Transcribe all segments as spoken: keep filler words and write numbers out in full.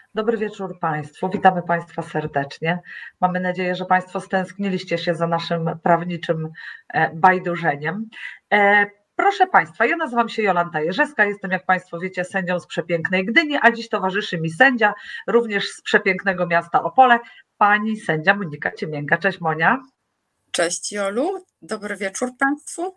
Dobry wieczór Państwu. Witamy Państwa serdecznie. Mamy nadzieję, że Państwo stęskniliście się za naszym prawniczym bajdurzeniem. Proszę Państwa, ja nazywam się Jolanta Jerzewska, jestem, jak Państwo wiecie, sędzią z przepięknej Gdyni, a dziś towarzyszy mi sędzia, również z przepięknego miasta Opole, pani sędzia Monika Ciemięga. Cześć Monia. Cześć Jolu, dobry wieczór Państwu.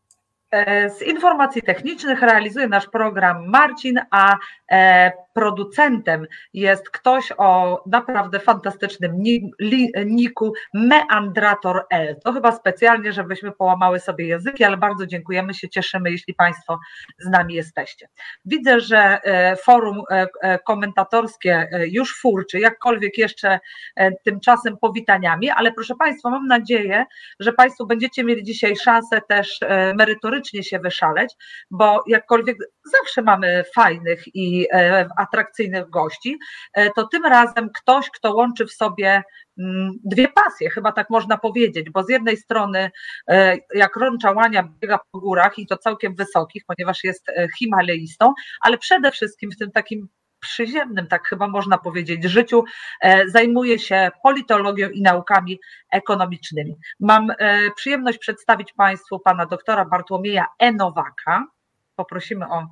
Z informacji technicznych realizuje nasz program Marcin, a producentem jest ktoś o naprawdę fantastycznym niku Meandrator L. To chyba specjalnie, żebyśmy połamały sobie języki, ale bardzo dziękujemy, się cieszymy, jeśli Państwo z nami jesteście. Widzę, że forum komentatorskie już furczy, jakkolwiek jeszcze tymczasem powitaniami, ale proszę Państwa, mam nadzieję, że Państwo będziecie mieli dzisiaj szansę też merytorycznie się wyszaleć, bo jakkolwiek zawsze mamy fajnych i atrakcyjnych gości, to tym razem ktoś, kto łączy w sobie dwie pasje, chyba tak można powiedzieć, bo z jednej strony jak Ron Łania biega po górach i to całkiem wysokich, ponieważ jest himalaistą, ale przede wszystkim w tym takim przyziemnym, tak chyba można powiedzieć, życiu zajmuje się politologią i naukami ekonomicznymi. Mam przyjemność przedstawić Państwu pana doktora Bartłomieja E. Nowaka. Poprosimy o...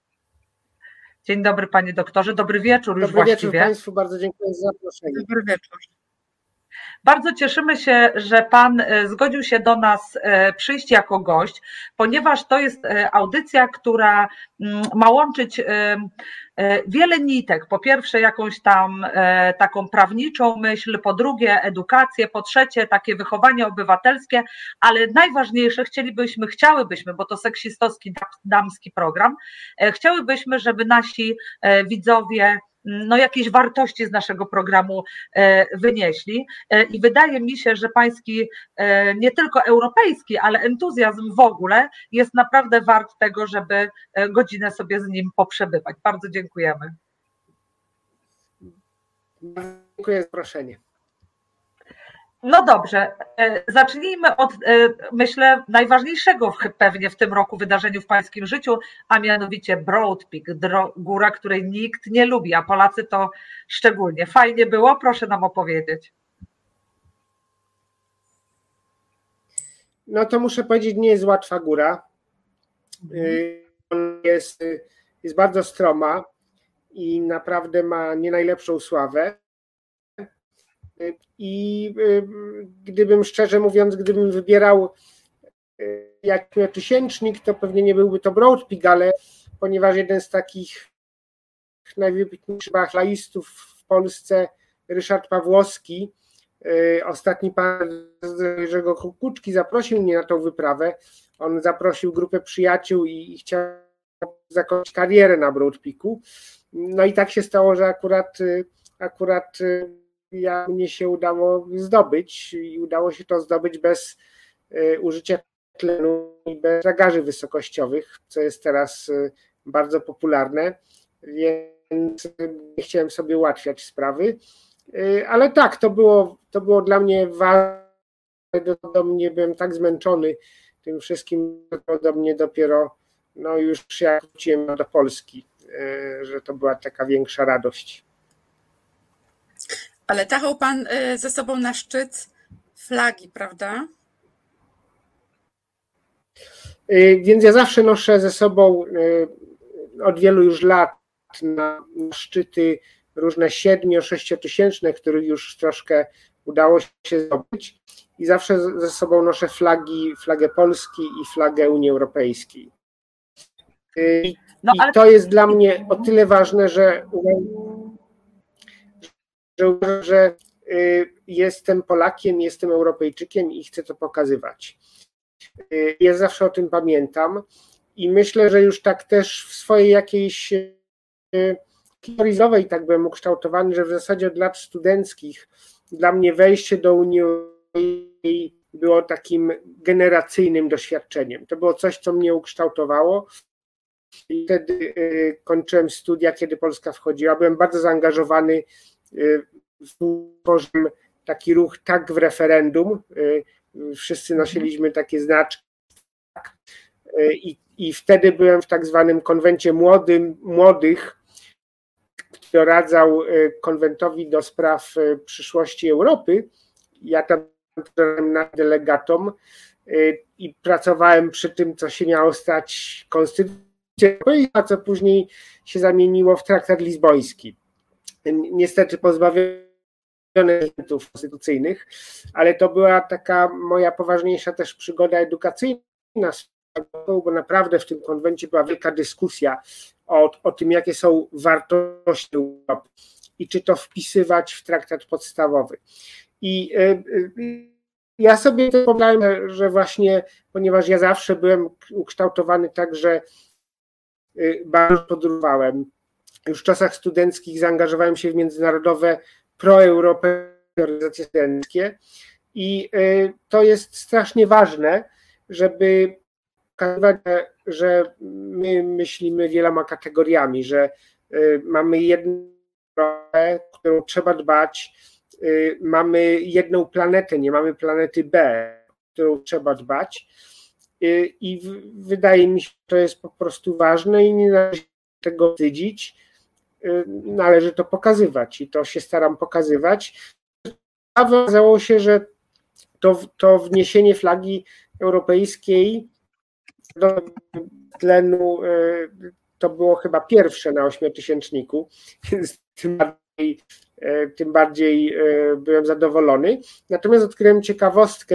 Dzień dobry panie doktorze, dobry wieczór już dobry właściwie. Dobry wieczór Państwu, bardzo dziękuję za zaproszenie. Dobry wieczór. Bardzo cieszymy się, że Pan zgodził się do nas przyjść jako gość, ponieważ to jest audycja, która ma łączyć wiele nitek. Po pierwsze jakąś tam taką prawniczą myśl, po drugie edukację, po trzecie takie wychowanie obywatelskie, ale najważniejsze chcielibyśmy, chciałybyśmy, bo to seksistowski damski program, chciałybyśmy, żeby nasi widzowie no jakieś wartości z naszego programu wynieśli i wydaje mi się, że pański nie tylko europejski, ale entuzjazm w ogóle jest naprawdę wart tego, żeby godzinę sobie z nim poprzebywać. Bardzo dziękujemy. Dziękuję za zaproszenie. No dobrze, zacznijmy od, myślę, najważniejszego pewnie w tym roku wydarzeniu w pańskim życiu, a mianowicie Broad Peak, góra, której nikt nie lubi, a Polacy to szczególnie. Fajnie było? Proszę nam opowiedzieć. No to muszę powiedzieć, nie jest łatwa góra. Jest, jest bardzo stroma i naprawdę ma nie najlepszą sławę. I gdybym, szczerze mówiąc, gdybym wybierał jakiś tysięcznik, to pewnie nie byłby to Broad Peak, ale ponieważ jeden z takich najwybitniejszych bachlaistów w Polsce, Ryszard Pawłowski, ostatni pan Jerzego Kukuczki, zaprosił mnie na tą wyprawę. On zaprosił grupę przyjaciół i chciał zakończyć karierę na Broad Peaku. No i tak się stało, że akurat akurat ja, mnie się udało zdobyć i udało się to zdobyć bez y, użycia tlenu i bez tragarzy wysokościowych, co jest teraz y, bardzo popularne, więc nie chciałem sobie ułatwiać sprawy, y, ale tak, to było, to było dla mnie ważne, do, do mnie byłem tak zmęczony tym wszystkim, że do mnie dopiero no już jak wróciłem do Polski, y, że to była taka większa radość. Ale tachał Pan ze sobą na szczyt flagi, prawda? Więc ja zawsze noszę ze sobą od wielu już lat na szczyty różne siedmiu, sześciotysięczne, których już troszkę udało się zdobyć i zawsze ze sobą noszę flagi, flagę Polski i flagę Unii Europejskiej. I, no, ale... i to jest dla mnie o tyle ważne, że że, że jestem Polakiem, jestem Europejczykiem i chcę to pokazywać. Ja zawsze o tym pamiętam i myślę, że już tak też w swojej jakiejś historii tak byłem ukształtowany, że w zasadzie od lat studenckich dla mnie wejście do Unii Europejskiej było takim generacyjnym doświadczeniem. To było coś, co mnie ukształtowało. I wtedy kończyłem studia, kiedy Polska wchodziła. Byłem bardzo zaangażowany tworzyłem taki ruch Tak w referendum. Wszyscy nosiliśmy takie znaczki. I, i wtedy byłem w tak zwanym konwencie młodym, młodych, doradzał konwentowi do spraw przyszłości Europy. Ja tam byłem delegatom i pracowałem przy tym, co się miało stać konstytucją, a co później się zamieniło w traktat lizboński. Niestety pozbawiony elementów konstytucyjnych, ale to była taka moja poważniejsza też przygoda edukacyjna, bo naprawdę w tym konwencie była wielka dyskusja o, o tym, jakie są wartości Europy i czy to wpisywać w traktat podstawowy. I y, ja sobie pomyślałem, że właśnie, ponieważ ja zawsze byłem ukształtowany tak, że y, bardzo podróżowałem, już w czasach studenckich zaangażowałem się w międzynarodowe proeuropejskie organizacje studenckie i y, to jest strasznie ważne, żeby pokazywać, że my myślimy wieloma kategoriami, że y, mamy jedną sprawę, którą trzeba dbać, y, mamy jedną planetę, nie mamy planety B, którą trzeba dbać y, i w, wydaje mi się, że to jest po prostu ważne i nie należy tego wstydzić, y, należy to pokazywać i to się staram pokazywać. Okazało się, że to, to wniesienie flagi europejskiej do tlenu to było chyba pierwsze na ośmiotysięczniku, więc tym bardziej, tym bardziej byłem zadowolony. Natomiast odkryłem ciekawostkę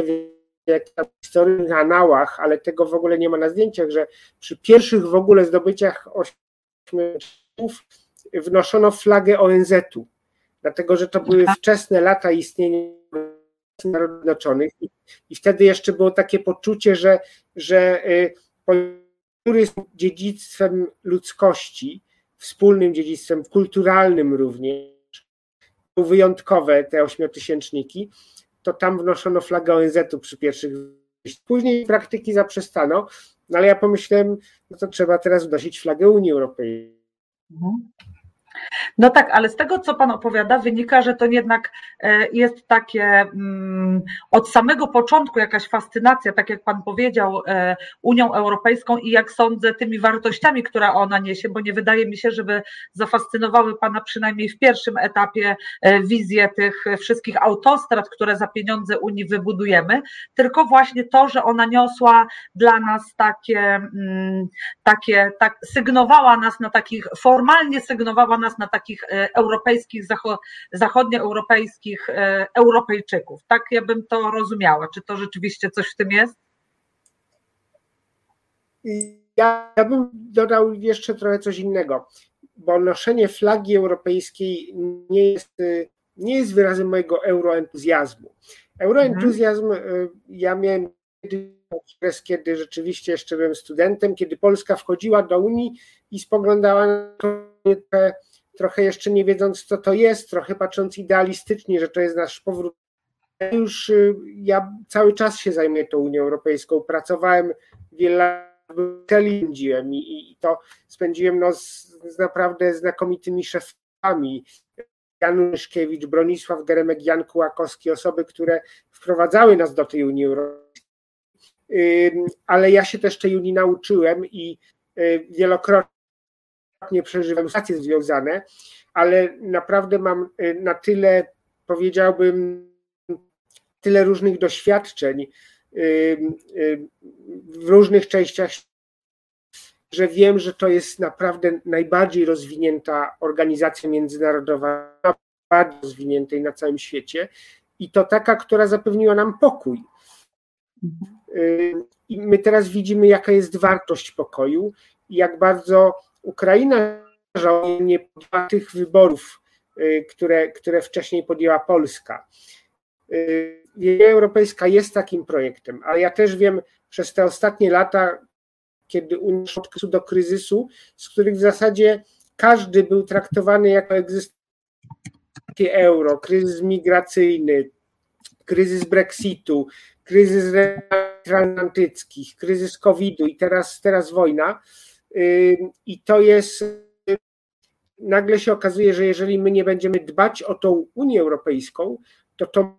w historycznych anałach, ale tego w ogóle nie ma na zdjęciach, że przy pierwszych w ogóle zdobyciach ośmiotysięczników wnoszono flagę O N Z u, dlatego że to były wczesne lata istnienia Narodów Zjednoczonych i, i wtedy jeszcze było takie poczucie, że, że który jest dziedzictwem ludzkości, wspólnym dziedzictwem kulturalnym również, były wyjątkowe te ośmiotysięczniki, to tam wnoszono flagę O N Z u przy pierwszych. Później praktyki zaprzestano, no ale ja pomyślałem, no to trzeba teraz wnosić flagę Unii Europejskiej. Mhm. No tak, ale z tego, co Pan opowiada, wynika, że to jednak jest takie od samego początku jakaś fascynacja, tak jak Pan powiedział, Unią Europejską i jak sądzę tymi wartościami, które ona niesie, bo nie wydaje mi się, żeby zafascynowały Pana przynajmniej w pierwszym etapie wizję tych wszystkich autostrad, które za pieniądze Unii wybudujemy, tylko właśnie to, że ona niosła dla nas takie, takie tak, sygnowała nas na takich, formalnie sygnowała nas na takich europejskich, zachodnioeuropejskich Europejczyków. Tak ja bym to rozumiała. Czy to rzeczywiście coś w tym jest? Ja, ja bym dodał jeszcze trochę coś innego, bo noszenie flagi europejskiej nie jest, nie jest wyrazem mojego euroentuzjazmu. Euroentuzjazm hmm. ja miałem okres, kiedy rzeczywiście jeszcze byłem studentem, kiedy Polska wchodziła do Unii i spoglądała na to trochę jeszcze nie wiedząc, co to jest, trochę patrząc idealistycznie, że to jest nasz powrót. Już ja cały czas się zajmuję tą Unią Europejską, pracowałem wiele lat w Brukseli, spędziłem i, i to spędziłem no, z, z naprawdę znakomitymi szefami. Jan Myszkiewicz, Bronisław Geremek, Jan Kułakowski, osoby, które wprowadzały nas do tej Unii Europejskiej. Ale ja się też tej Unii nauczyłem i wielokrotnie nie przeżywam sytuacje związane, ale naprawdę mam na tyle, powiedziałbym, tyle różnych doświadczeń w różnych częściach, że wiem, że to jest naprawdę najbardziej rozwinięta organizacja międzynarodowa, najbardziej rozwiniętej na całym świecie i to taka, która zapewniła nam pokój. I my teraz widzimy, jaka jest wartość pokoju i jak bardzo Ukraina nie podjęła tych wyborów, które, które wcześniej podjęła Polska. Unia Europejska jest takim projektem, ale ja też wiem przez te ostatnie lata, kiedy Unia doszła do kryzysu, z których w zasadzie każdy był traktowany jako egzystencję euro, kryzys migracyjny, kryzys Brexitu, kryzys transatlantyckich, kryzys kowida i teraz, teraz wojna. I to jest, nagle się okazuje, że jeżeli my nie będziemy dbać o tą Unię Europejską, to to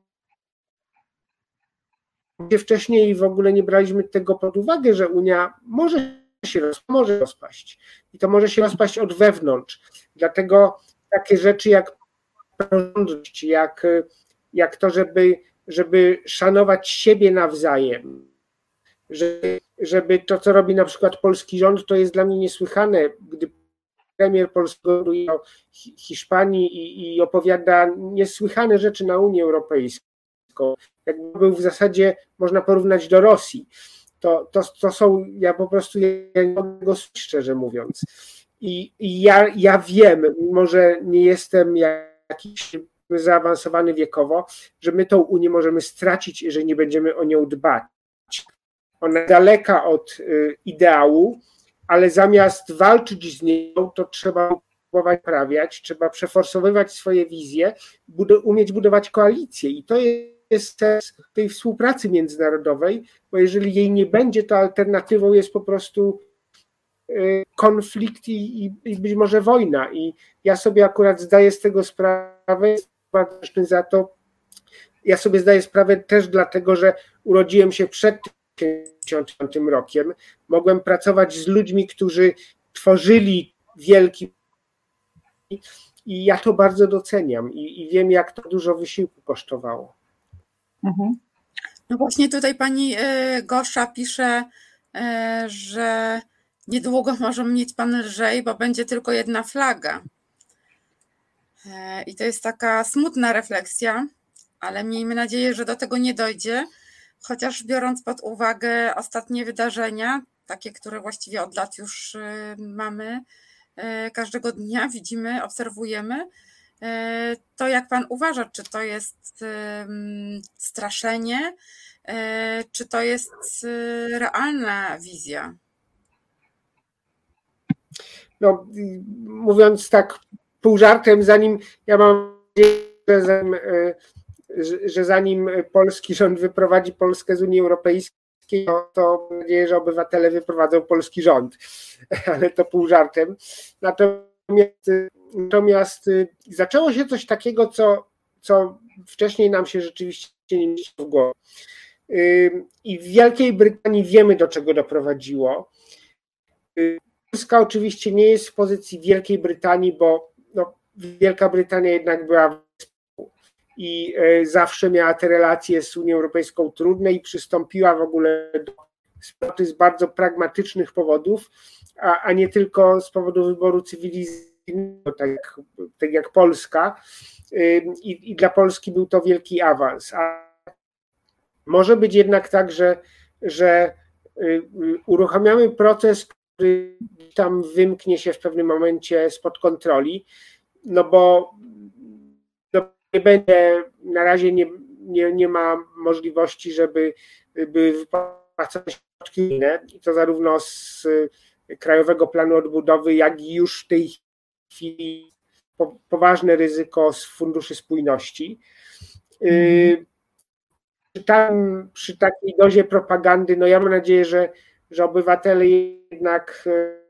wcześniej w ogóle nie braliśmy tego pod uwagę, że Unia może się może rozpaść i to może się rozpaść od wewnątrz. Dlatego takie rzeczy jak praworządność, jak, jak to, żeby, żeby szanować siebie nawzajem, żeby, żeby to, co robi na przykład polski rząd, to jest dla mnie niesłychane, gdy premier polskiego o Hiszpanii i, i opowiada niesłychane rzeczy na Unię Europejską, jakby był w zasadzie, można porównać do Rosji, to, to, to są, ja po prostu ja nie mogę go słuchać, szczerze mówiąc. I, i ja, ja wiem, mimo że nie jestem jakiś zaawansowany wiekowo, że my tą Unię możemy stracić, jeżeli nie będziemy o nią dbać. Ona jest daleka od y, ideału, ale zamiast walczyć z nią, to trzeba próbować naprawiać, trzeba przeforsowywać swoje wizje, bud- umieć budować koalicje. I to jest sens tej współpracy międzynarodowej, bo jeżeli jej nie będzie, to alternatywą jest po prostu y, konflikt i, i, i być może wojna. I ja sobie akurat zdaję z tego sprawę, jestem bardzo wdzięczny za to. Ja sobie zdaję sprawę też dlatego, że urodziłem się przed tysiąc rokiem, mogłem pracować z ludźmi, którzy tworzyli wielki i ja to bardzo doceniam i, i wiem, jak to dużo wysiłku kosztowało. Mhm. No właśnie tutaj pani Gosza pisze, że niedługo może mieć pan lżej, bo będzie tylko jedna flaga. I to jest taka smutna refleksja, ale miejmy nadzieję, że do tego nie dojdzie. Chociaż biorąc pod uwagę ostatnie wydarzenia, takie, które właściwie od lat już mamy, każdego dnia widzimy, obserwujemy, to jak pan uważa, czy to jest straszenie, czy to jest realna wizja? No, mówiąc tak pół żartem, zanim ja mam nadzieję, że zanim że zanim polski rząd wyprowadzi Polskę z Unii Europejskiej, to, to mam nadzieję, że obywatele wyprowadzą polski rząd, ale to pół żartem. Natomiast, natomiast zaczęło się coś takiego, co, co wcześniej nam się rzeczywiście nie mieściło w głowie. I w Wielkiej Brytanii wiemy, do czego doprowadziło. Polska oczywiście nie jest w pozycji Wielkiej Brytanii, bo no, Wielka Brytania jednak była i zawsze miała te relacje z Unią Europejską trudne i przystąpiła w ogóle do wspólnoty z bardzo pragmatycznych powodów, a, a nie tylko z powodu wyboru cywilizacyjnego, tak jak, tak jak Polska. I, I dla Polski był to wielki awans. A może być jednak tak, że, że uruchamiamy proces, który tam wymknie się w pewnym momencie spod kontroli, no bo nie będzie, na razie nie, nie, nie ma możliwości, żeby by wypłacać środki unijne, i to zarówno z Krajowego Planu Odbudowy, jak i już w tej chwili po, poważne ryzyko z funduszy spójności. Mm. Przy, tam, przy takiej dozie propagandy, no ja mam nadzieję, że, że obywatele jednak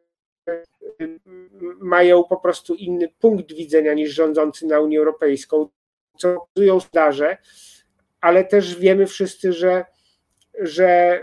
mają po prostu inny punkt widzenia niż rządzący na Unię Europejską, co pokazują sondaże, ale też wiemy wszyscy, że, że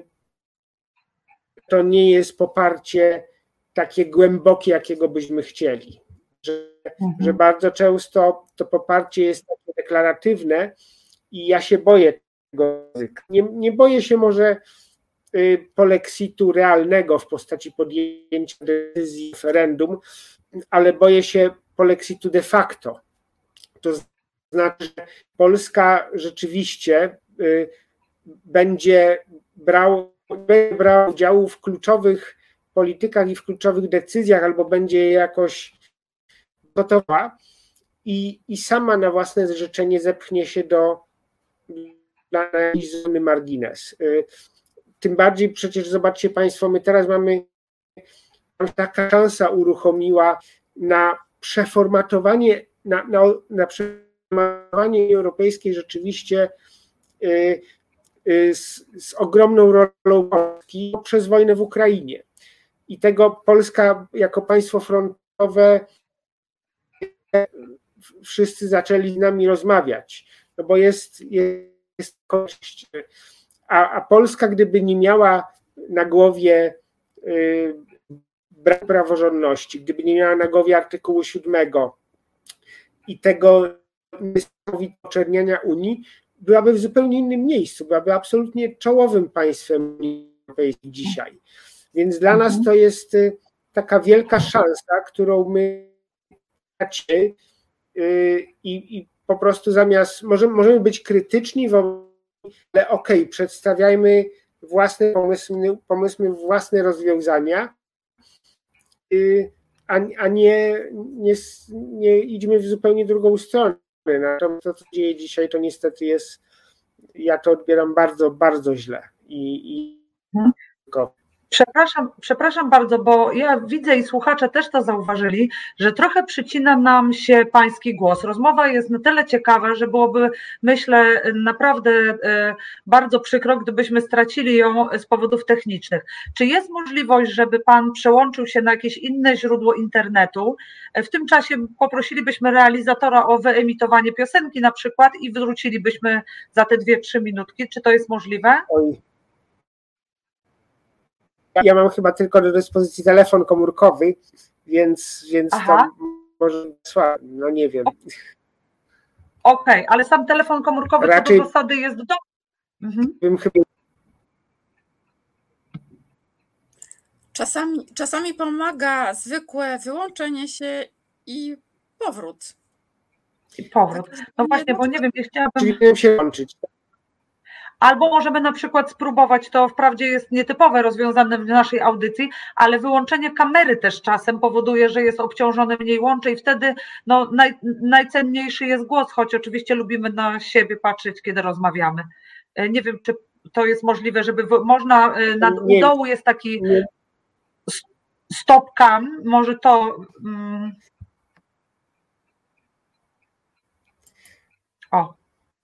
to nie jest poparcie takie głębokie, jakiego byśmy chcieli. Że, mhm. że bardzo często to poparcie jest takie deklaratywne i ja się boję tego ryzyka. Nie, nie boję się może polexitu realnego w postaci podjęcia decyzji referendum, ale boję się polexitu de facto. To znaczy, że Polska rzeczywiście będzie brał, będzie brał udziału w kluczowych politykach i w kluczowych decyzjach, albo będzie je jakoś gotowa i, i sama na własne życzenie zepchnie się do na zony margines. Tym bardziej przecież zobaczcie Państwo, my teraz mamy, taka szansa uruchomiła na przeformatowanie, na, na, na przeformatowanie europejskiej rzeczywiście y, y, z, z ogromną rolą Polski przez wojnę w Ukrainie. I tego Polska jako państwo frontowe wszyscy zaczęli z nami rozmawiać, no bo jest, jest korzyść. A, a Polska, gdyby nie miała na głowie y, brak praworządności, gdyby nie miała na głowie artykułu siódmego i tego niesamowitego oczerniania Unii, byłaby w zupełnie innym miejscu, byłaby absolutnie czołowym państwem Unii Europejskiej dzisiaj. Więc dla nas to jest taka wielka szansa, którą my tracimy i, i po prostu zamiast, możemy, możemy być krytyczni, ale okej, okay, przedstawiajmy własne pomysły, pomysły, własne rozwiązania, a, a nie, nie, nie idźmy w zupełnie drugą stronę. Natomiast to, co dzieje dzisiaj, to niestety jest, ja to odbieram bardzo, bardzo źle. I, i... Przepraszam, przepraszam bardzo, bo ja widzę i słuchacze też to zauważyli, że trochę przycina nam się pański głos. Rozmowa jest na tyle ciekawa, że byłoby, myślę, naprawdę bardzo przykro, gdybyśmy stracili ją z powodów technicznych. Czy jest możliwość, żeby pan przełączył się na jakieś inne źródło internetu? W tym czasie poprosilibyśmy realizatora o wyemitowanie piosenki na przykład i wrócilibyśmy za te dwie, trzy minutki. Czy to jest możliwe? Oj. Ja mam chyba tylko do dyspozycji telefon komórkowy, więc, więc to może słabo, no nie wiem. Okej, okay, ale sam telefon komórkowy Raczej co do zasady jest do... Mhm. Bym chyba... Czasami, czasami pomaga zwykłe wyłączenie się i powrót. I powrót. No właśnie, bo nie wiem, nie chciałabym... Czyli się łączyć. Albo możemy na przykład spróbować, to wprawdzie jest nietypowe rozwiązane w naszej audycji, ale wyłączenie kamery też czasem powoduje, że jest obciążone mniej łącze i wtedy no, naj, najcenniejszy jest głos, choć oczywiście lubimy na siebie patrzeć, kiedy rozmawiamy. Nie wiem, czy to jest możliwe, żeby można, nad u dołu jest taki stop cam, może to... Mm, o.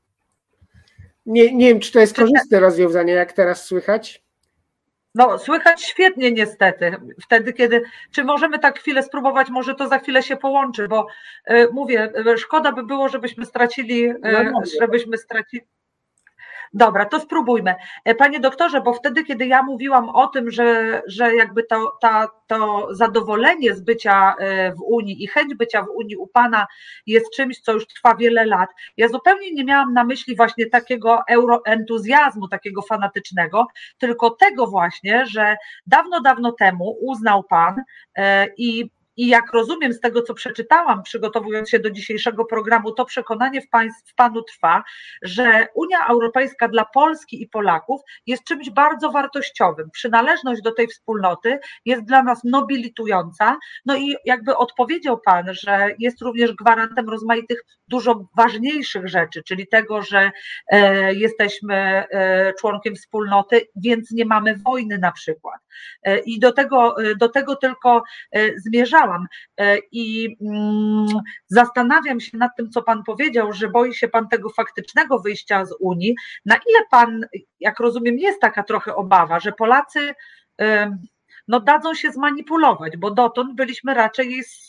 Nie, nie wiem, czy to jest korzystne rozwiązanie, jak teraz słychać? No, słychać świetnie niestety. Wtedy, kiedy... Czy możemy tak chwilę spróbować, może to za chwilę się połączy, bo y, mówię, szkoda by było, żebyśmy stracili, y, no, żebyśmy stracili... Dobra, to spróbujmy. Panie doktorze, bo wtedy, kiedy ja mówiłam o tym, że, że jakby to, ta, to zadowolenie z bycia w Unii i chęć bycia w Unii u Pana jest czymś, co już trwa wiele lat, ja zupełnie nie miałam na myśli właśnie takiego euroentuzjazmu, takiego fanatycznego, tylko tego właśnie, że dawno, dawno temu uznał Pan i I jak rozumiem z tego, co przeczytałam, przygotowując się do dzisiejszego programu, to przekonanie w, państw, w Panu trwa, że Unia Europejska dla Polski i Polaków jest czymś bardzo wartościowym. Przynależność do tej wspólnoty jest dla nas nobilitująca. No i jakby odpowiedział Pan, że jest również gwarantem rozmaitych, dużo ważniejszych rzeczy, czyli tego, że e, jesteśmy e, członkiem wspólnoty, więc nie mamy wojny na przykład. E, I do tego, do tego tylko e, zmierzałam. I zastanawiam się nad tym, co Pan powiedział, że boi się Pan tego faktycznego wyjścia z Unii. Na ile Pan, jak rozumiem, jest taka trochę obawa, że Polacy no, dadzą się zmanipulować, bo dotąd byliśmy raczej, z,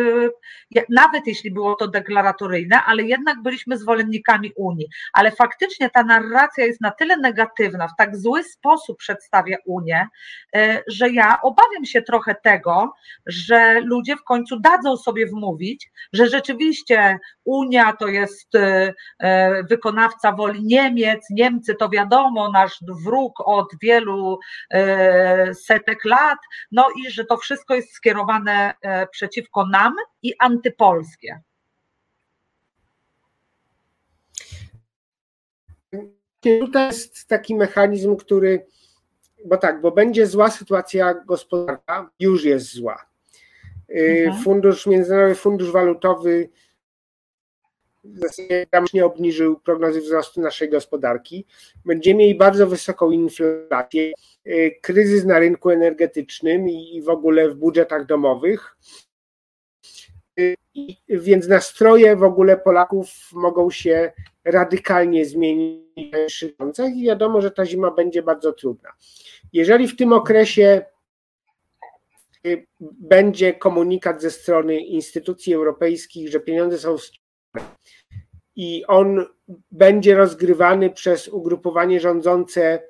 nawet jeśli było to deklaratoryjne, ale jednak byliśmy zwolennikami Unii. Ale faktycznie ta narracja jest na tyle negatywna, w tak zły sposób przedstawia Unię, że ja obawiam się trochę tego, że ludzie w końcu dadzą sobie wmówić, że rzeczywiście Unia to jest wykonawca woli Niemiec, Niemcy to wiadomo, nasz wróg od wielu setek lat, no i że to wszystko jest skierowane przeciwko nam i antypolskie. Tutaj jest taki mechanizm, który, bo tak, bo będzie zła sytuacja gospodarcza, już jest zła. Mhm. Fundusz, Międzynarodowy Fundusz Walutowy nie obniżył prognozy wzrostu naszej gospodarki. Będziemy mieli bardzo wysoką inflację, kryzys na rynku energetycznym i w ogóle w budżetach domowych. I więc nastroje w ogóle Polaków mogą się radykalnie zmienić i wiadomo, że ta zima będzie bardzo trudna. Jeżeli w tym okresie będzie komunikat ze strony instytucji europejskich, że pieniądze są wstrzymane i on będzie rozgrywany przez ugrupowanie rządzące,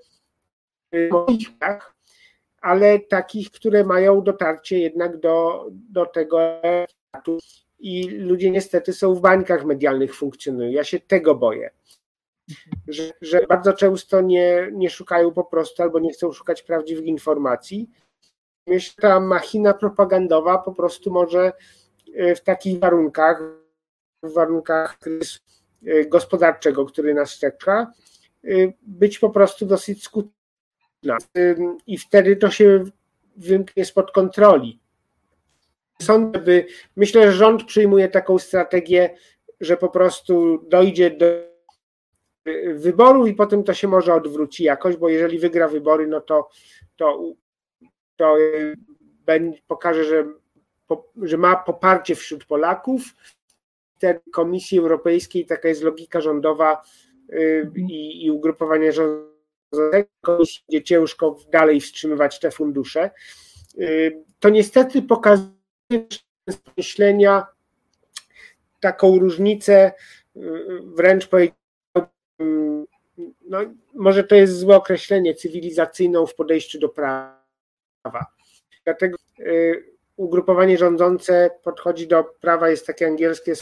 ale takich, które mają dotarcie jednak do, do tego etatu i ludzie niestety są w bańkach medialnych, funkcjonują. Ja się tego boję, że, że bardzo często nie, nie szukają po prostu albo nie chcą szukać prawdziwych informacji. Myślę, że ta machina propagandowa po prostu może w takich warunkach, w warunkach kryzysu gospodarczego, który nas czeka, być po prostu dosyć skuteczna. I wtedy to się wymknie spod kontroli. Sądzę, by, myślę, że rząd przyjmuje taką strategię, że po prostu dojdzie do wyborów i potem to się może odwróci jakoś, bo jeżeli wygra wybory, no to, to, to pokaże, że, że ma poparcie wśród Polaków. Wtedy Komisji Europejskiej, taka jest logika rządowa i, i ugrupowania rządzącego, Komisji będzie ciężko dalej wstrzymywać te fundusze. To niestety pokazuje myślenia taką różnicę, wręcz powiedziałbym, no, może to jest złe określenie, cywilizacyjną w podejściu do prawa. Dlatego ugrupowanie rządzące podchodzi do prawa, jest takie angielskie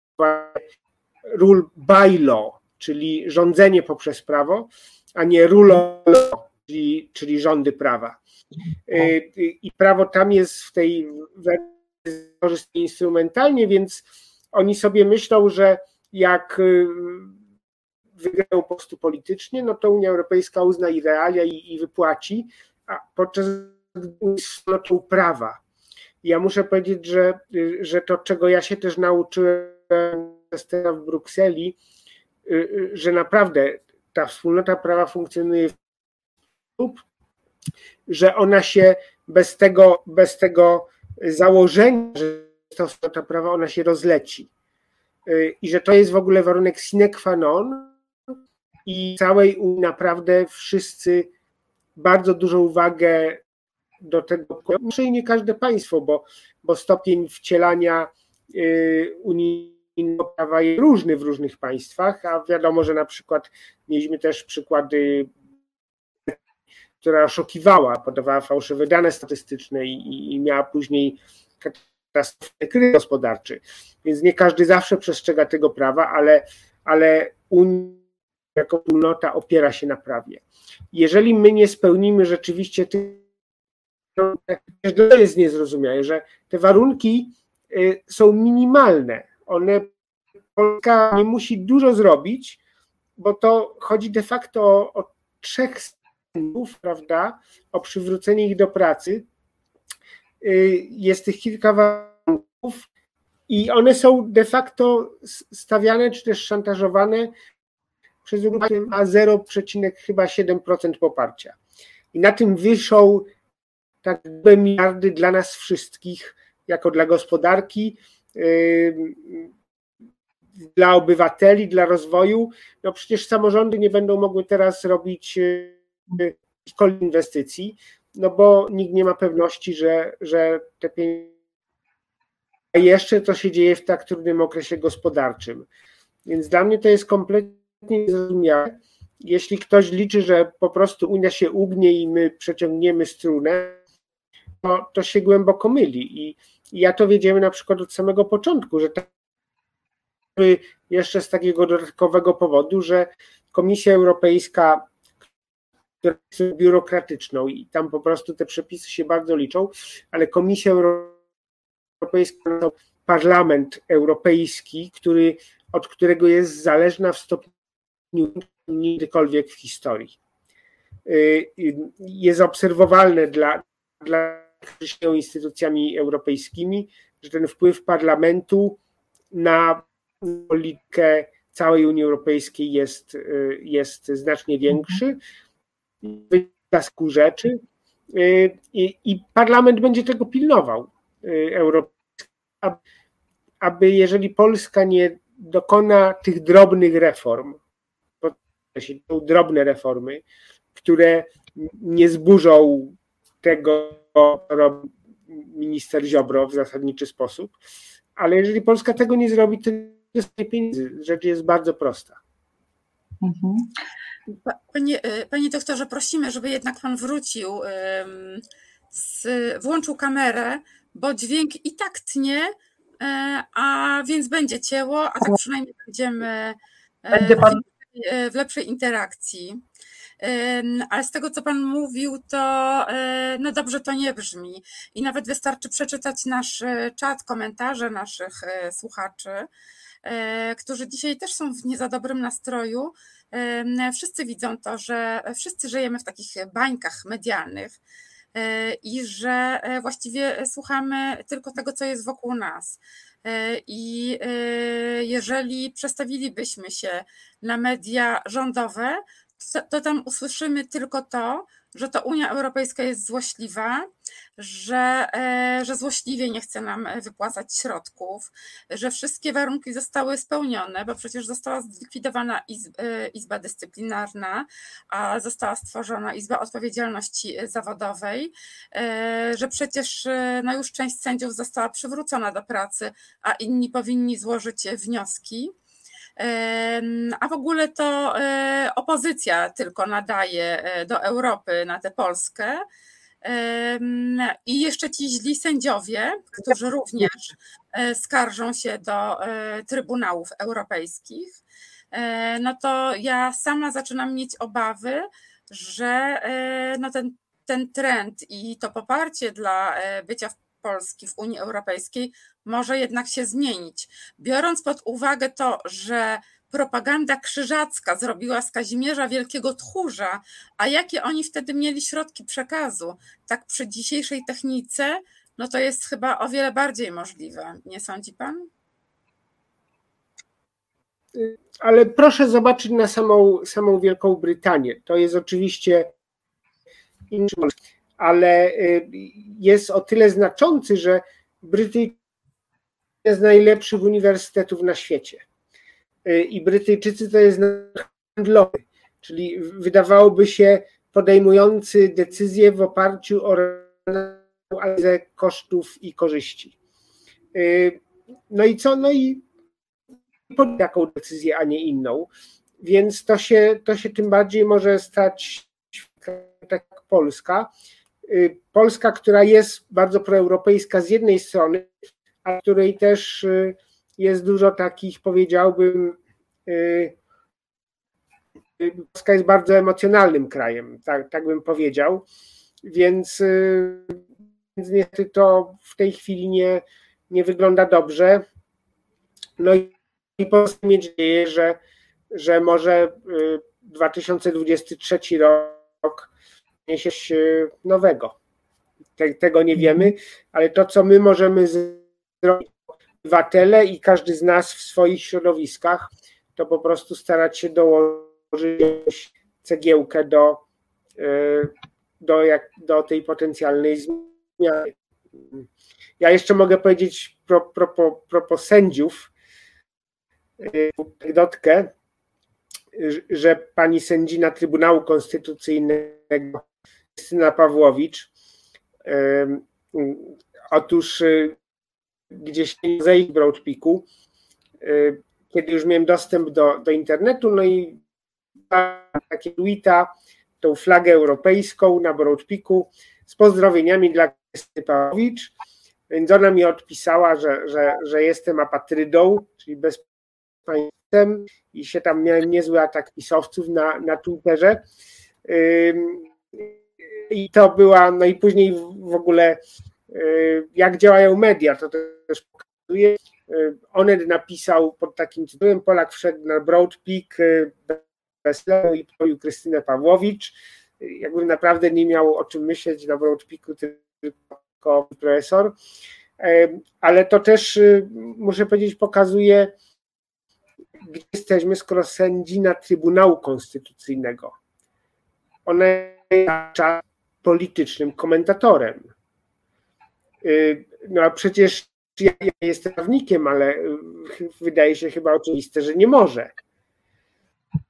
rule by law, czyli rządzenie poprzez prawo, a nie rule of law, czyli, czyli rządy prawa. I prawo tam jest w tej wersji instrumentalnie, więc oni sobie myślą, że jak wygrają po prostu politycznie, no to Unia Europejska uzna i realia i, i wypłaci, a podczas gdy wspólnotą prawa. Ja muszę powiedzieć, że, że to, czego ja się też nauczyłem w Brukseli, że naprawdę ta wspólnota prawa funkcjonuje w sposób, że ona się bez tego, bez tego założenia, że ta wspólnota prawa, ona się rozleci. I że to jest w ogóle warunek sine qua non i całej Unii naprawdę wszyscy bardzo dużą uwagę do tego, może i nie każde państwo, bo, bo stopień wcielania unijnego prawa jest różny w różnych państwach, a wiadomo, że na przykład mieliśmy też przykłady, która oszukiwała, podawała fałszywe dane statystyczne i, i miała później katastrofalny kryzys gospodarczy. Więc nie każdy zawsze przestrzega tego prawa, ale, ale Unia jako wspólnota opiera się na prawie. Jeżeli my nie spełnimy rzeczywiście tych, to jest niezrozumiałe, że te warunki są minimalne. One, Polska nie musi dużo zrobić, bo to chodzi de facto o, o trzech sędziów, prawda, o przywrócenie ich do pracy. Jest tych kilka warunków i one są de facto stawiane czy też szantażowane przez grupę ma zero przecinek siedem procent poparcia. I na tym wiszą tak miliardy dla nas wszystkich, jako dla gospodarki, yy, dla obywateli, dla rozwoju. No przecież samorządy nie będą mogły teraz robić yy, inwestycji, no bo nikt nie ma pewności, że, że te pieniądze. A jeszcze to się dzieje w tak trudnym okresie gospodarczym. Więc dla mnie to jest kompletnie niezrozumiałe. Jeśli ktoś liczy, że po prostu Unia się ugnie i my przeciągniemy strunę, to, to się głęboko myli. I, i ja to wiedziałem na przykład od samego początku, że tak, jeszcze z takiego dodatkowego powodu, że Komisja Europejska, która jest biurokratyczną i tam po prostu te przepisy się bardzo liczą, ale Komisja Europejska to Parlament Europejski, który, od którego jest zależna w stopniu nigdykolwiek w historii. Jest obserwowalne dla, dla instytucjami europejskimi, że ten wpływ parlamentu na politykę całej Unii Europejskiej jest, jest znacznie większy. Wynika z ku rzeczy i, i parlament będzie tego pilnował, europejski, aby, aby jeżeli Polska nie dokona tych drobnych reform, to drobne reformy, które nie zburzą tego, co robi minister Ziobro w zasadniczy sposób, ale jeżeli Polska tego nie zrobi, to jest pieniędzy. Rzecz jest bardzo prosta. Mhm. Panie, panie doktorze, prosimy, żeby jednak pan wrócił, z, włączył kamerę, bo dźwięk i tak tnie a więc będzie cięło, a tak przynajmniej będziemy Będzie pan... w lepszej interakcji. Ale z tego, co Pan mówił, to no dobrze to nie brzmi i nawet wystarczy przeczytać nasz czat, komentarze naszych słuchaczy, którzy dzisiaj też są w nie za dobrym nastroju. Wszyscy widzą to, że wszyscy żyjemy w takich bańkach medialnych i że właściwie słuchamy tylko tego, co jest wokół nas. I jeżeli przestawilibyśmy się na media rządowe, to tam usłyszymy tylko to, że to Unia Europejska jest złośliwa, że, że złośliwie nie chce nam wypłacać środków, że wszystkie warunki zostały spełnione, bo przecież została zlikwidowana Izba, Izba Dyscyplinarna, a została stworzona Izba Odpowiedzialności Zawodowej, że przecież no już część sędziów została przywrócona do pracy, a inni powinni złożyć wnioski. A w ogóle to opozycja tylko nadaje do Europy na tę Polskę i jeszcze ci źli sędziowie, którzy również skarżą się do trybunałów europejskich, no to ja sama zaczynam mieć obawy, że no ten, ten trend i to poparcie dla bycia w Polski w Unii Europejskiej może jednak się zmienić. Biorąc pod uwagę to, że propaganda krzyżacka zrobiła z Kazimierza Wielkiego tchórza, a jakie oni wtedy mieli środki przekazu, tak przy dzisiejszej technice, no to jest chyba o wiele bardziej możliwe. Nie sądzi pan? Ale proszę zobaczyć na samą, samą Wielką Brytanię. To jest oczywiście inny, ale jest o tyle znaczący, że Brytyjczycy jest z najlepszych uniwersytetów na świecie. I Brytyjczycy to jest handlowy, czyli wydawałoby się podejmujący decyzje w oparciu o analizę kosztów i korzyści. No i co? No i pod jaką decyzję, a nie inną. Więc to się, to się tym bardziej może stać tak jak Polska. Polska, która jest bardzo proeuropejska z jednej strony, a w której też jest dużo takich, powiedziałbym, Polska jest bardzo emocjonalnym krajem, tak, tak bym powiedział, więc, więc niestety to w tej chwili nie, nie wygląda dobrze. No i Polska mieć nadzieję, że, że może dwa tysiące dwudziesty trzeci rok niesie coś nowego. Tego nie wiemy, ale to, co my możemy zrobić, obywatele i każdy z nas w swoich środowiskach, to po prostu starać się dołożyć cegiełkę do, do, jak, do tej potencjalnej zmiany. Ja jeszcze mogę powiedzieć propos pro, pro, pro sędziów, anegdotkę, że pani sędzina Trybunału Konstytucyjnego Krystyna Pawłowicz, otóż gdzieś w Broad Peaku, kiedy już miałem dostęp do, do internetu, no i takie tweeta, tą flagę europejską na Broad Peaku z pozdrowieniami dla Krystyny Pawłowicz, więc ona mi odpisała, że, że, że jestem apatrydą, czyli bezpaństwem i się tam miałem niezły atak pisowców na, na Twitterze. I to była, no i później w ogóle jak działają media, to też pokazuje. Onet napisał pod takim tytułem: Polak wszedł na Broad Peak bez tlenu i pojął Krystynę Pawłowicz. Jakbym naprawdę nie miał o czym myśleć na Broad Peaku, tylko profesor. Ale to też, muszę powiedzieć, pokazuje, gdzie jesteśmy, skoro sędzina Trybunału Konstytucyjnego. Ona jest politycznym komentatorem. No a przecież ja jestem prawnikiem, ale wydaje się chyba oczywiste, że nie może.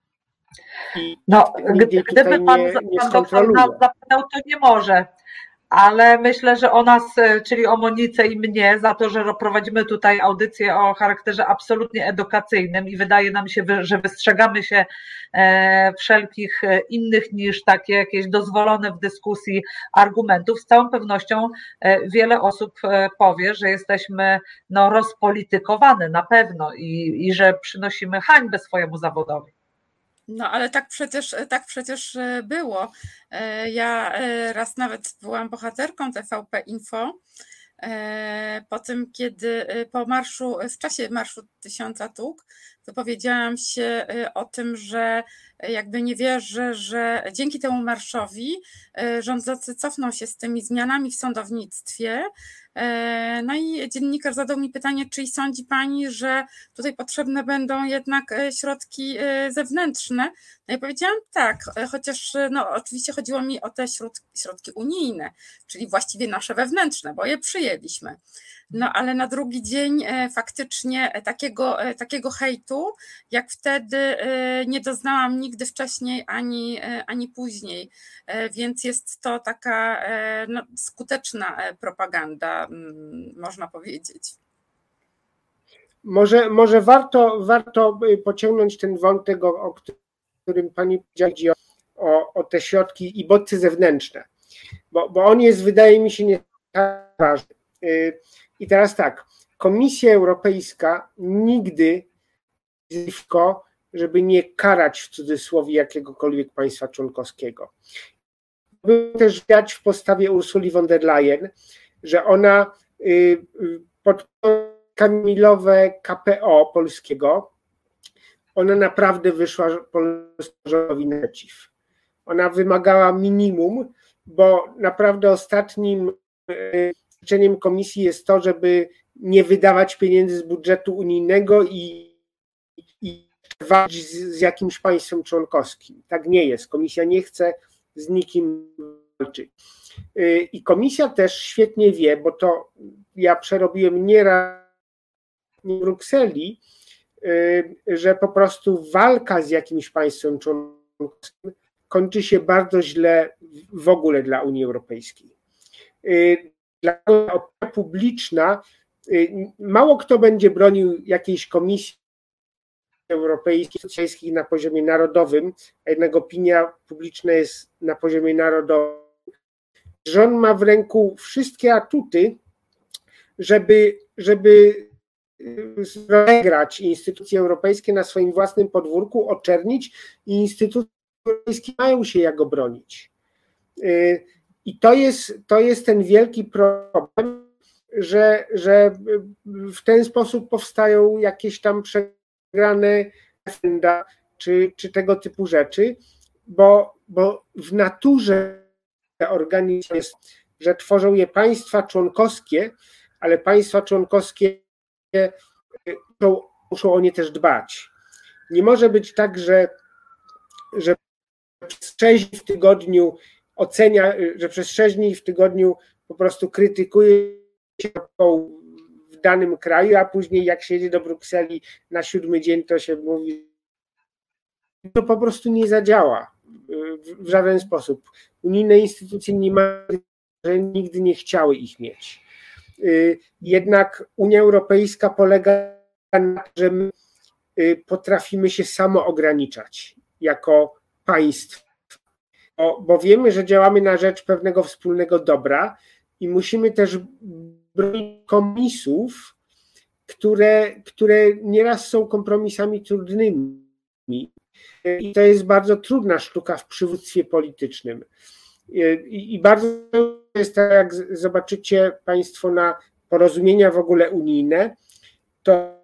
I no, gdyby pan, nie, nie pan doktor nas zapytał, to nie może. ale myślę, że o nas, czyli o Monice i mnie, za to, że prowadzimy tutaj audycję o charakterze absolutnie edukacyjnym i wydaje nam się, że wystrzegamy się wszelkich innych niż takie jakieś dozwolone w dyskusji argumentów, z całą pewnością wiele osób powie, że jesteśmy no, rozpolitykowane na pewno i, i że przynosimy hańbę swojemu zawodowi. No ale tak przecież, tak przecież było. Ja raz nawet byłam bohaterką T V P Info, po tym, kiedy po marszu, w czasie Marszu Tysiąca Tuk wypowiedziałam się o tym, że jakby nie wierzę, że dzięki temu marszowi rządzący cofną się z tymi zmianami w sądownictwie. No i dziennikarz zadał mi pytanie, czy sądzi pani, że tutaj potrzebne będą jednak środki zewnętrzne? No i powiedziałam tak, chociaż no oczywiście chodziło mi o te środki unijne, czyli właściwie nasze wewnętrzne, bo je przyjęliśmy. No ale na drugi dzień faktycznie takiego, takiego hejtu, jak wtedy nie doznałam nigdy wcześniej ani, ani później, więc jest to taka no, skuteczna propaganda, można powiedzieć. Może, może warto, warto pociągnąć ten wątek, o, o którym pani powiedziała, o, o te środki i bodźce zewnętrzne, bo, bo on jest, wydaje mi się, nie tak ważny. I teraz tak, Komisja Europejska nigdy nie tylko, żeby nie karać w cudzysłowie jakiegokolwiek państwa członkowskiego. Było też widać w postawie Ursuli von der Leyen, że ona pod Kamilowe K P O polskiego, ona naprawdę wyszła rządowi naprzeciw. Ona wymagała minimum, bo naprawdę ostatnim życzeniem Komisji jest to, żeby nie wydawać pieniędzy z budżetu unijnego i, i walczyć z, z jakimś państwem członkowskim. Tak nie jest. Komisja nie chce z nikim walczyć. I Komisja też świetnie wie, bo to ja przerobiłem nieraz w Brukseli, że po prostu walka z jakimś państwem członkowskim kończy się bardzo źle w ogóle dla Unii Europejskiej. Dla opinia publiczna, mało kto będzie bronił jakiejś Komisji Europejskiej na poziomie narodowym, a jednak opinia publiczna jest na poziomie narodowym. Rząd ma w ręku wszystkie atuty, żeby, żeby rozegrać instytucje europejskie na swoim własnym podwórku, oczernić i instytucje europejskie mają się jak obronić. I to jest, to jest ten wielki problem, że, że w ten sposób powstają jakieś tam przegrane referenda czy, czy tego typu rzeczy, bo, bo w naturze organizmu jest, że tworzą je państwa członkowskie, ale państwa członkowskie muszą, muszą o nie też dbać. Nie może być tak, że, że przez sześć dni w tygodniu ocenia, że przez sześć dni w tygodniu po prostu krytykuje się w danym kraju, a później jak się jedzie do Brukseli na siódmy dzień, to się mówi, to po prostu nie zadziała w żaden sposób. Unijne instytucje nie mają, że nigdy nie chciały ich mieć. Jednak Unia Europejska polega na tym, że my potrafimy się samo ograniczać jako państwo, bo, bo wiemy, że działamy na rzecz pewnego wspólnego dobra i musimy też bronić kompromisów, które, które nieraz są kompromisami trudnymi. I to jest bardzo trudna sztuka w przywództwie politycznym. I, i bardzo jest tak, jak zobaczycie Państwo na porozumienia w ogóle unijne, to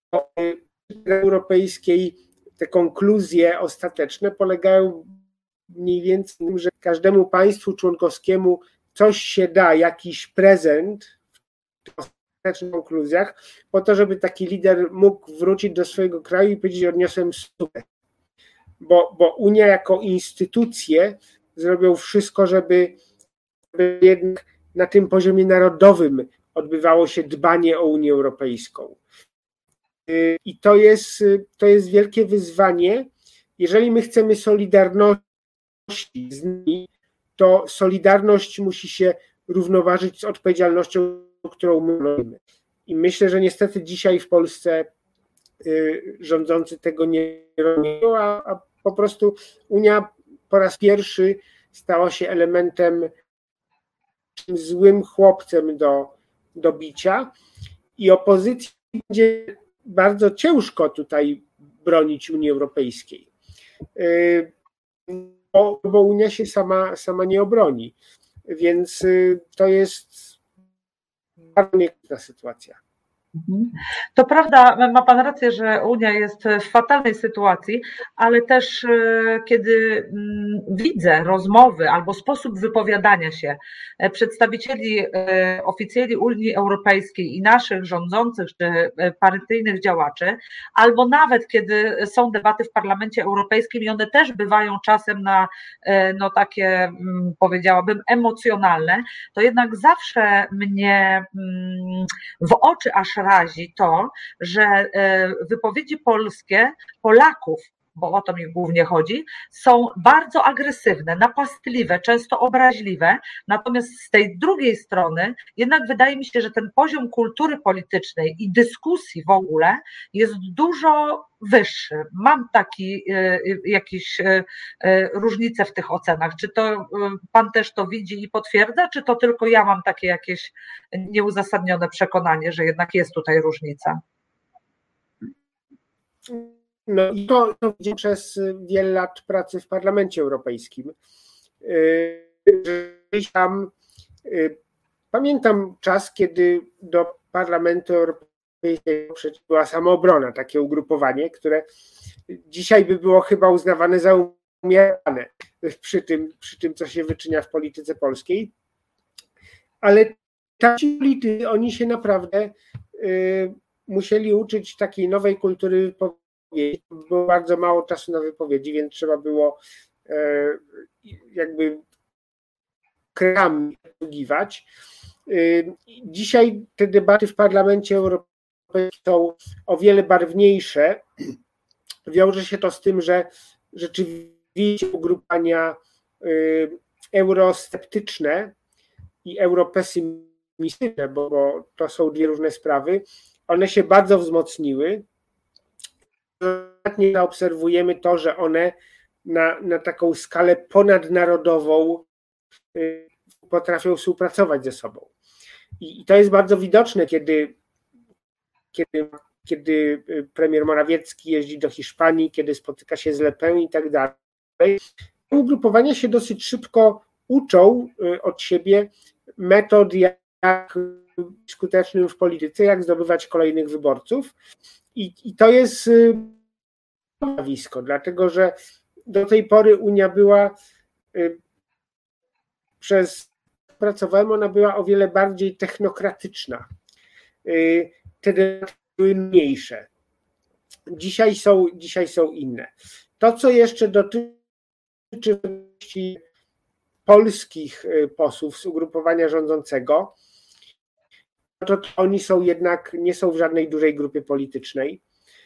w europejskiej te konkluzje ostateczne polegają mniej więcej na tym, że każdemu państwu członkowskiemu coś się da, jakiś prezent w tych ostatecznych konkluzjach, po to, żeby taki lider mógł wrócić do swojego kraju i powiedzieć, że odniosłem sukces. Bo, bo Unia jako instytucje zrobią wszystko, żeby, żeby jednak na tym poziomie narodowym odbywało się dbanie o Unię Europejską. I to jest, to jest wielkie wyzwanie. Jeżeli my chcemy solidarności z nimi, to solidarność musi się równoważyć z odpowiedzialnością, którą my mamy. I myślę, że niestety dzisiaj w Polsce rządzący tego nie robią, a, a po prostu Unia po raz pierwszy stała się elementem, złym chłopcem do, do bicia i opozycji będzie bardzo ciężko tutaj bronić Unii Europejskiej, bo, bo Unia się sama, sama nie obroni, więc to jest bardzo niepewna sytuacja. To prawda, ma Pan rację, że Unia jest w fatalnej sytuacji, ale też kiedy widzę rozmowy albo sposób wypowiadania się przedstawicieli oficjeli Unii Europejskiej i naszych rządzących czy partyjnych działaczy, albo nawet kiedy są debaty w Parlamencie Europejskim i one też bywają czasem na no takie, powiedziałabym, emocjonalne, to jednak zawsze mnie w oczy aż razi to, że wypowiedzi polskie Polaków, bo o to mi głównie chodzi, są bardzo agresywne, napastliwe, często obraźliwe, natomiast z tej drugiej strony jednak wydaje mi się, że ten poziom kultury politycznej i dyskusji w ogóle jest dużo wyższy. Mam taki jakieś różnice w tych ocenach. Czy to Pan też to widzi i potwierdza, czy to tylko ja mam takie jakieś nieuzasadnione przekonanie, że jednak jest tutaj różnica? No i to, to widzimy przez wiele lat pracy w Parlamencie Europejskim. Tam, pamiętam czas, kiedy do Parlamentu Europejskiego była Samoobrona, takie ugrupowanie, które dzisiaj by było chyba uznawane za umiarane przy tym, przy tym, co się wyczynia w polityce polskiej. Ale ci politycy, oni się naprawdę y, musieli uczyć takiej nowej kultury wypowiedzi. Było bardzo mało czasu na wypowiedzi, więc trzeba było y, jakby krami posługiwać. Y, dzisiaj te debaty w Parlamencie Europejskim są o wiele barwniejsze. Wiąże się to z tym, że rzeczywiście ugrupowania y, eurosceptyczne i europesymistyczne, bo, bo to są dwie różne sprawy, one się bardzo wzmocniły. Ostatnio obserwujemy to, że one na, na taką skalę ponadnarodową y, potrafią współpracować ze sobą. I, i to jest bardzo widoczne, kiedy, kiedy, kiedy premier Morawiecki jeździ do Hiszpanii, kiedy spotyka się z Le Pen i tak dalej. Ugrupowania się dosyć szybko uczą od siebie metod, jak skutecznym w polityce, jak zdobywać kolejnych wyborców. I, i to jest zjawisko, dlatego że do tej pory Unia była, przez pracowałem, ona była o wiele bardziej technokratyczna. Te debaty były mniejsze. Dzisiaj są, dzisiaj są inne. To, co jeszcze dotyczy polskich posłów z ugrupowania rządzącego, to, to oni są jednak, nie są w żadnej dużej grupie politycznej.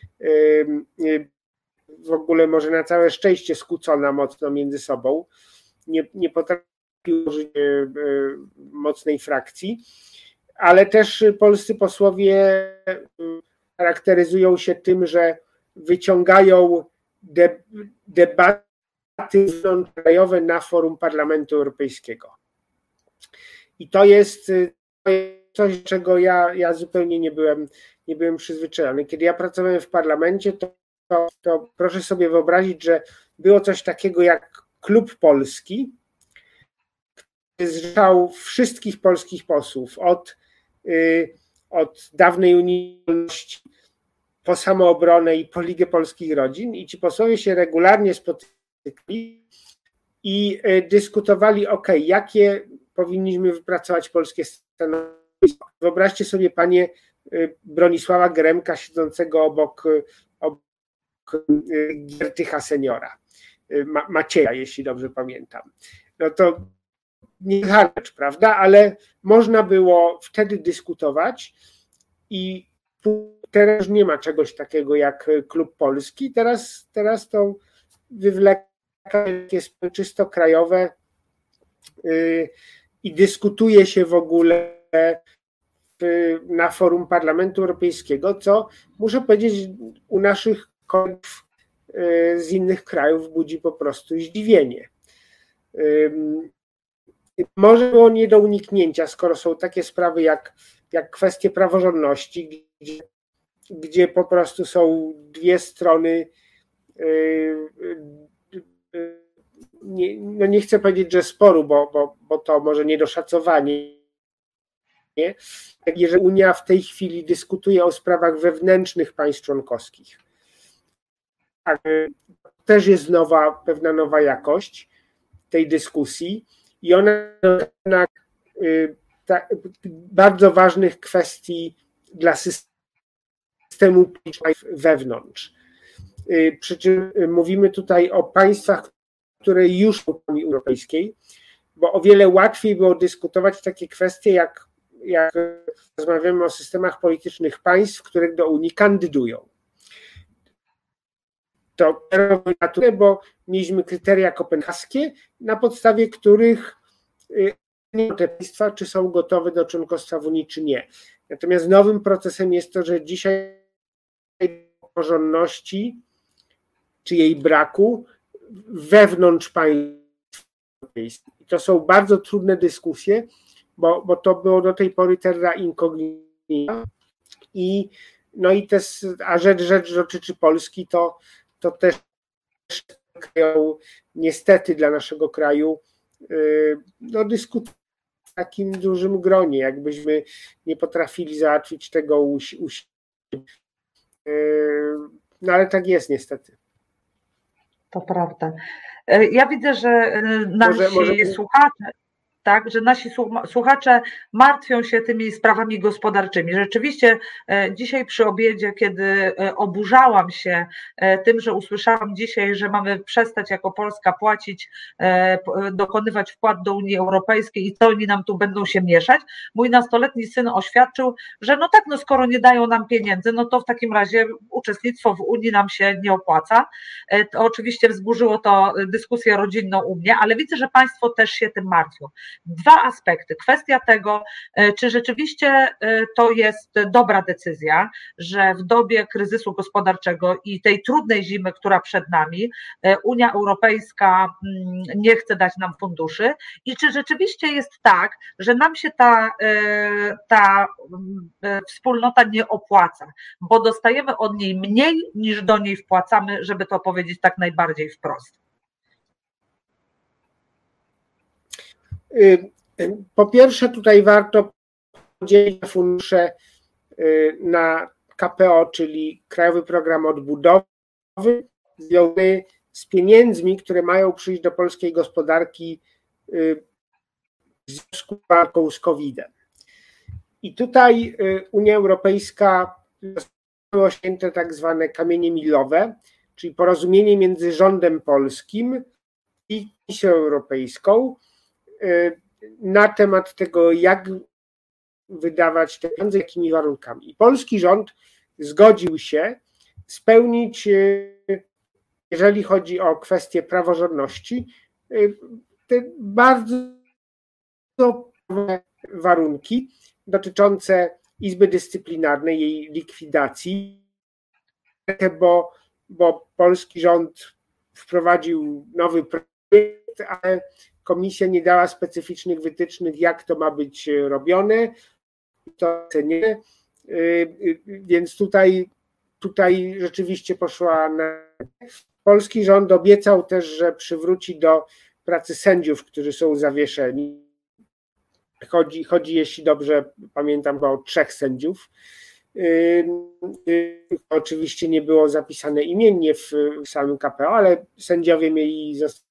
W ogóle może na całe szczęście skłócona mocno między sobą. Nie, nie potrafią użyć mocnej frakcji, ale też polscy posłowie charakteryzują się tym, że wyciągają de, debaty wewnątrzkrajowe na forum Parlamentu Europejskiego. I to jest coś, czego ja, ja zupełnie nie byłem, nie byłem przyzwyczajony. Kiedy ja pracowałem w parlamencie, to, to, to proszę sobie wyobrazić, że było coś takiego jak Klub Polski, który zrzeszał wszystkich polskich posłów od, yy, od dawnej Unii Wolności po Samoobronę i po Ligę Polskich Rodzin, i ci posłowie się regularnie spotykali i dyskutowali, ok, jakie powinniśmy wypracować polskie stanowisko. Wyobraźcie sobie, panie, Bronisława Geremka siedzącego obok, obok Giertycha seniora, Macieja, jeśli dobrze pamiętam. No to nie rzecz, prawda, ale można było wtedy dyskutować i teraz nie ma czegoś takiego jak Klub Polski. Teraz, teraz to wywleka jest czysto krajowe i dyskutuje się w ogóle na forum Parlamentu Europejskiego, co muszę powiedzieć u naszych kolegów z innych krajów budzi po prostu zdziwienie. Może było nie do uniknięcia, skoro są takie sprawy jak, jak kwestie praworządności, gdzie, gdzie po prostu są dwie strony, nie, no nie chcę powiedzieć, że sporu, bo, bo, bo to może niedoszacowanie. Nie? Jeżeli Unia w tej chwili dyskutuje o sprawach wewnętrznych państw członkowskich, tak, też jest nowa, pewna nowa jakość tej dyskusji i ona na ta, bardzo ważnych kwestii dla systemu wewnątrz. Przy czym mówimy tutaj o państwach, które już są w Unii Europejskiej, bo o wiele łatwiej było dyskutować takie kwestie, jak, jak rozmawiamy o systemach politycznych państw, które do Unii kandydują. To naturalne, bo mieliśmy kryteria kopenhaskie, na podstawie których te państwa, czy są gotowe do członkostwa w Unii, czy nie. Natomiast nowym procesem jest to, że dzisiaj porządności, czy jej braku wewnątrz państw europejskich. I to są bardzo trudne dyskusje, bo, bo to było do tej pory terra incognita i no i też, a rzecz, rzecz dotyczy Polski, to, to też niestety dla naszego kraju no, dyskutuje w takim dużym gronie, jakbyśmy nie potrafili załatwić tego u, u siebie. No ale tak jest niestety. To prawda. Ja widzę, że nasi może, może... słuchacze, tak, że nasi słuchacze martwią się tymi sprawami gospodarczymi. Rzeczywiście dzisiaj przy obiedzie, kiedy oburzałam się tym, że usłyszałam dzisiaj, że mamy przestać jako Polska płacić, dokonywać wpłat do Unii Europejskiej i co oni nam tu będą się mieszać, mój nastoletni syn oświadczył, że no tak, no skoro nie dają nam pieniędzy, no to w takim razie uczestnictwo w Unii nam się nie opłaca. To oczywiście wzburzyło to dyskusję rodzinną u mnie, ale widzę, że Państwo też się tym martwią. Dwa aspekty. Kwestia tego, czy rzeczywiście to jest dobra decyzja, że w dobie kryzysu gospodarczego i tej trudnej zimy, która przed nami, Unia Europejska nie chce dać nam funduszy i czy rzeczywiście jest tak, że nam się ta, ta wspólnota nie opłaca, bo dostajemy od niej mniej niż do niej wpłacamy, żeby to powiedzieć tak najbardziej wprost. Po pierwsze, tutaj warto podzielić fundusze na K P O, czyli Krajowy Program Odbudowy, związany z pieniędzmi, które mają przyjść do polskiej gospodarki w związku z walką z kowidem. I tutaj Unia Europejska zostało osiągnięte tak zwane kamienie milowe, czyli porozumienie między rządem polskim i Komisją Europejską na temat tego, jak wydawać te pieniądze, jakimi warunkami. I polski rząd zgodził się spełnić, jeżeli chodzi o kwestie praworządności, te bardzo warunki dotyczące Izby Dyscyplinarnej, jej likwidacji, bo, bo polski rząd wprowadził nowy projekt, ale Komisja nie dała specyficznych wytycznych, jak to ma być robione, to cenię, więc tutaj, tutaj rzeczywiście poszła na... Polski rząd obiecał też, że przywróci do pracy sędziów, którzy są zawieszeni. Chodzi, chodzi jeśli dobrze pamiętam, o trzech sędziów. Oczywiście nie było zapisane imiennie w samym K P O, ale sędziowie mieli zostać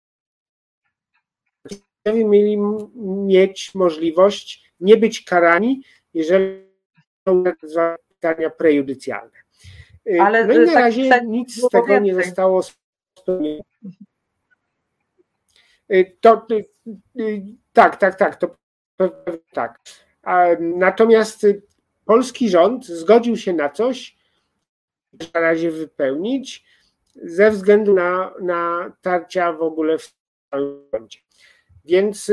mieli mieć możliwość nie być karani, jeżeli są pytania prejudycjalne. Ale no i na razie nic z tego nie zostało spełnione. To, tak, tak, tak, to tak. Natomiast polski rząd zgodził się na coś, na razie wypełnić, ze względu na, na tarcia w ogóle w całym rządzie. Więc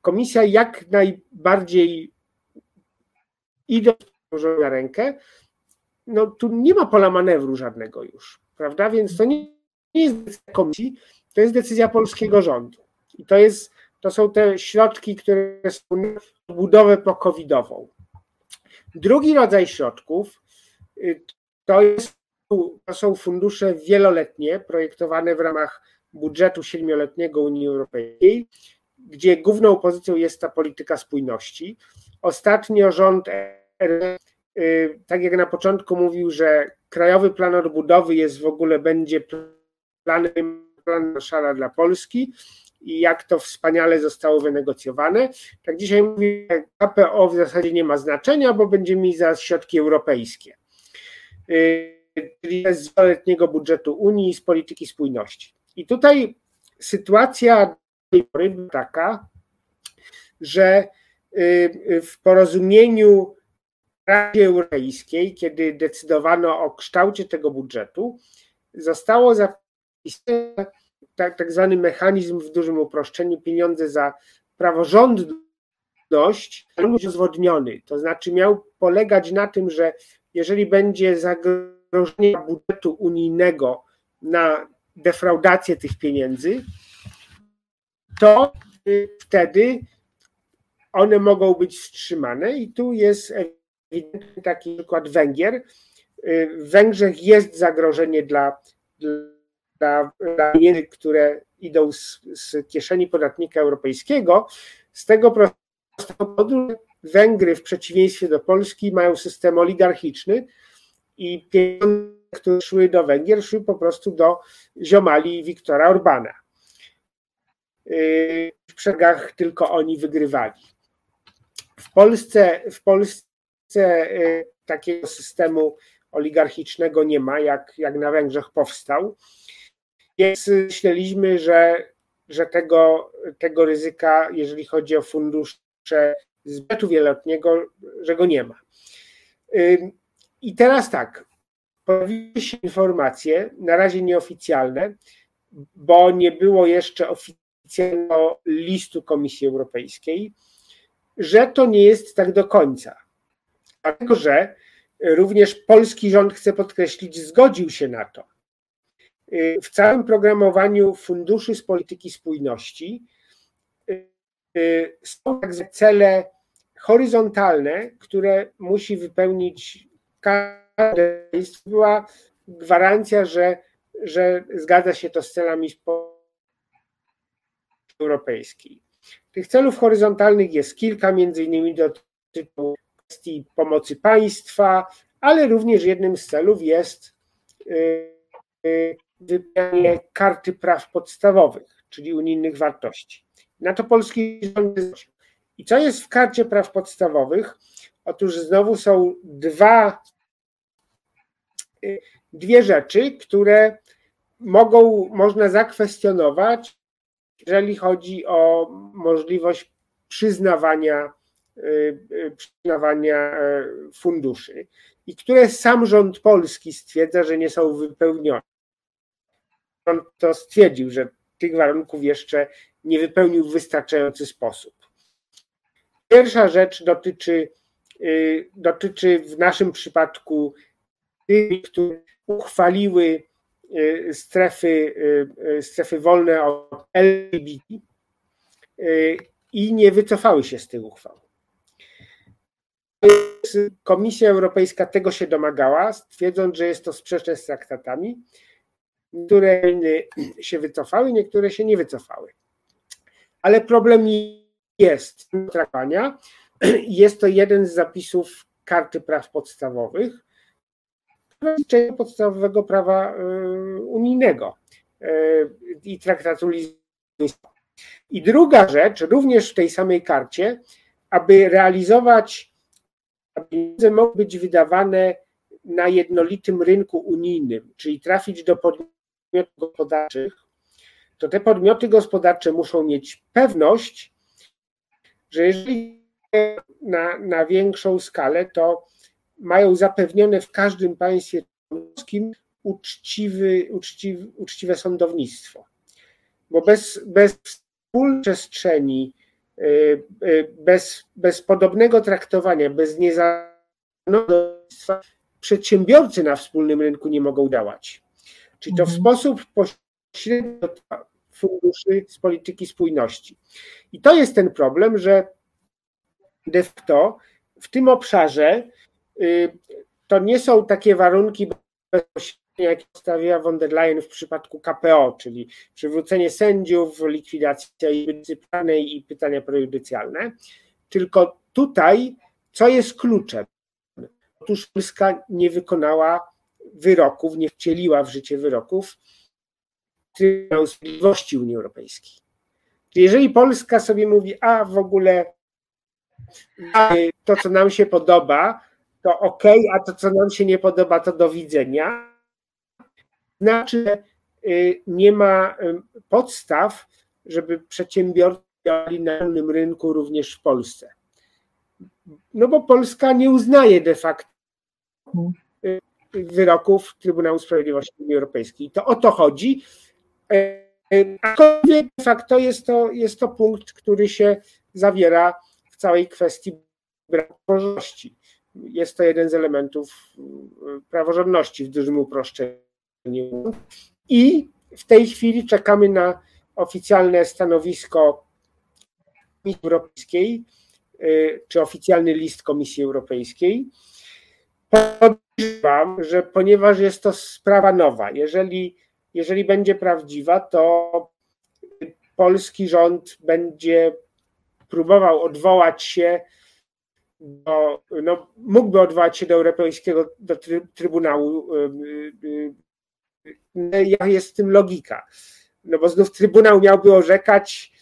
komisja jak najbardziej idąc na rękę, no tu nie ma pola manewru żadnego już, prawda? Więc to nie jest decyzja komisji, to jest decyzja polskiego rządu. I to, jest, to są te środki, które są na budowę pokowidową. Drugi rodzaj środków to, jest, to są fundusze wieloletnie, projektowane w ramach budżetu siedmioletniego Unii Europejskiej, gdzie główną pozycją jest ta polityka spójności. Ostatnio rząd, tak jak na początku mówił, że Krajowy Plan Odbudowy jest w ogóle, będzie planem, planem Marshalla dla Polski i jak to wspaniale zostało wynegocjowane. Tak dzisiaj mówi, że K P O w zasadzie nie ma znaczenia, bo będzie mi za środki europejskie. Czyli z wieloletniego budżetu Unii, z polityki spójności. I tutaj sytuacja była taka, że w porozumieniu Rady Europejskiej, kiedy decydowano o kształcie tego budżetu, zostało zapisane tak, tak zwany mechanizm w dużym uproszczeniu, pieniądze za praworządność, był uzgodniony. To znaczy miał polegać na tym, że jeżeli będzie zagrożenie budżetu unijnego na defraudację tych pieniędzy, to wtedy one mogą być wstrzymane i tu jest ewidentny taki przykład Węgier. W Węgrzech jest zagrożenie dla, dla, dla pieniędzy, które idą z, z kieszeni podatnika europejskiego, z tego prostego powodu, że Węgry w przeciwieństwie do Polski mają system oligarchiczny i pieniądze, które szły do Węgier, szły po prostu do ziomali Viktora Orbana. W przetargach tylko oni wygrywali. W Polsce, w Polsce takiego systemu oligarchicznego nie ma, jak, jak na Węgrzech powstał. Więc myśleliśmy, że, że tego, tego ryzyka, jeżeli chodzi o fundusze z budżetu wieloletniego, że go nie ma. I teraz tak, pojawiły się informacje, na razie nieoficjalne, bo nie było jeszcze oficjalnego listu Komisji Europejskiej, że to nie jest tak do końca. Dlatego, że również polski rząd, chcę podkreślić, zgodził się na to. W całym programowaniu funduszy z polityki spójności są także cele horyzontalne, które musi wypełnić każde państwo. Była gwarancja, że, że zgadza się to z celami europejskiej. Tych celów horyzontalnych jest kilka, między innymi dotyczą kwestii pomocy państwa, ale również jednym z celów jest wypełnienie karty praw podstawowych, czyli unijnych wartości. Na to polski rząd zgodził. I co jest w karcie praw podstawowych? Otóż znowu są dwa, dwie rzeczy, które mogą, można zakwestionować, jeżeli chodzi o możliwość przyznawania, przyznawania funduszy i które sam rząd polski stwierdza, że nie są wypełnione. On to stwierdził, że tych warunków jeszcze nie wypełnił w wystarczający sposób. Pierwsza rzecz dotyczy, dotyczy w naszym przypadku tych, które uchwaliły strefy, strefy wolne od L G B T i nie wycofały się z tych uchwał. Komisja Europejska tego się domagała, twierdząc, że jest to sprzeczne z traktatami. Niektóre się wycofały, niektóre się nie wycofały. Ale problem jest traktowania. Jest to jeden z zapisów Karty Praw Podstawowych, część podstawowego prawa unijnego i traktatu lizbońskiego. I druga rzecz, również w tej samej karcie, aby realizować, aby pieniądze mogły być wydawane na jednolitym rynku unijnym, czyli trafić do podmiotów gospodarczych, to te podmioty gospodarcze muszą mieć pewność, że jeżeli na, na większą skalę, to mają zapewnione w każdym państwie członkowskim uczciwy, uczciwy, uczciwe sądownictwo. Bo bez, bez wspólnej przestrzeni bez, bez podobnego traktowania, bez niezależnego przedsiębiorcy na wspólnym rynku nie mogą działać. Czyli to w sposób pośredni funduszy z polityki spójności. I to jest ten problem, że de facto w tym obszarze to nie są takie warunki bezpośrednie, jak stawiała von der Leyen w przypadku K P O, czyli przywrócenie sędziów, likwidacja Izby Dyscyplinarnej i pytania prejudycjalne, tylko tutaj co jest kluczem? Otóż Polska nie wykonała wyroków, nie wcieliła w życie wyroków Trybunału Sprawiedliwości Unii Europejskiej. Czyli jeżeli Polska sobie mówi, a w ogóle to, co nam się podoba, to ok, a to, co nam się nie podoba, to do widzenia, znaczy, że nie ma podstaw, żeby przedsiębiorcy działali na wolnym rynku również w Polsce. No bo Polska nie uznaje de facto wyroków Trybunału Sprawiedliwości Unii Europejskiej. I to o to chodzi. Aczkolwiek de facto jest to, jest to punkt, który się zawiera w całej kwestii praworządności. Jest to jeden z elementów praworządności w dużym uproszczeniu. I w tej chwili czekamy na oficjalne stanowisko Komisji Europejskiej, czy oficjalny list Komisji Europejskiej. Podejrzewam, że ponieważ jest to sprawa nowa, jeżeli, jeżeli będzie prawdziwa, to polski rząd będzie próbował odwołać się do, no, mógłby odwołać się do Europejskiego do Trybunału. Jaka jest w tym logika? No bo znów Trybunał miałby orzekać,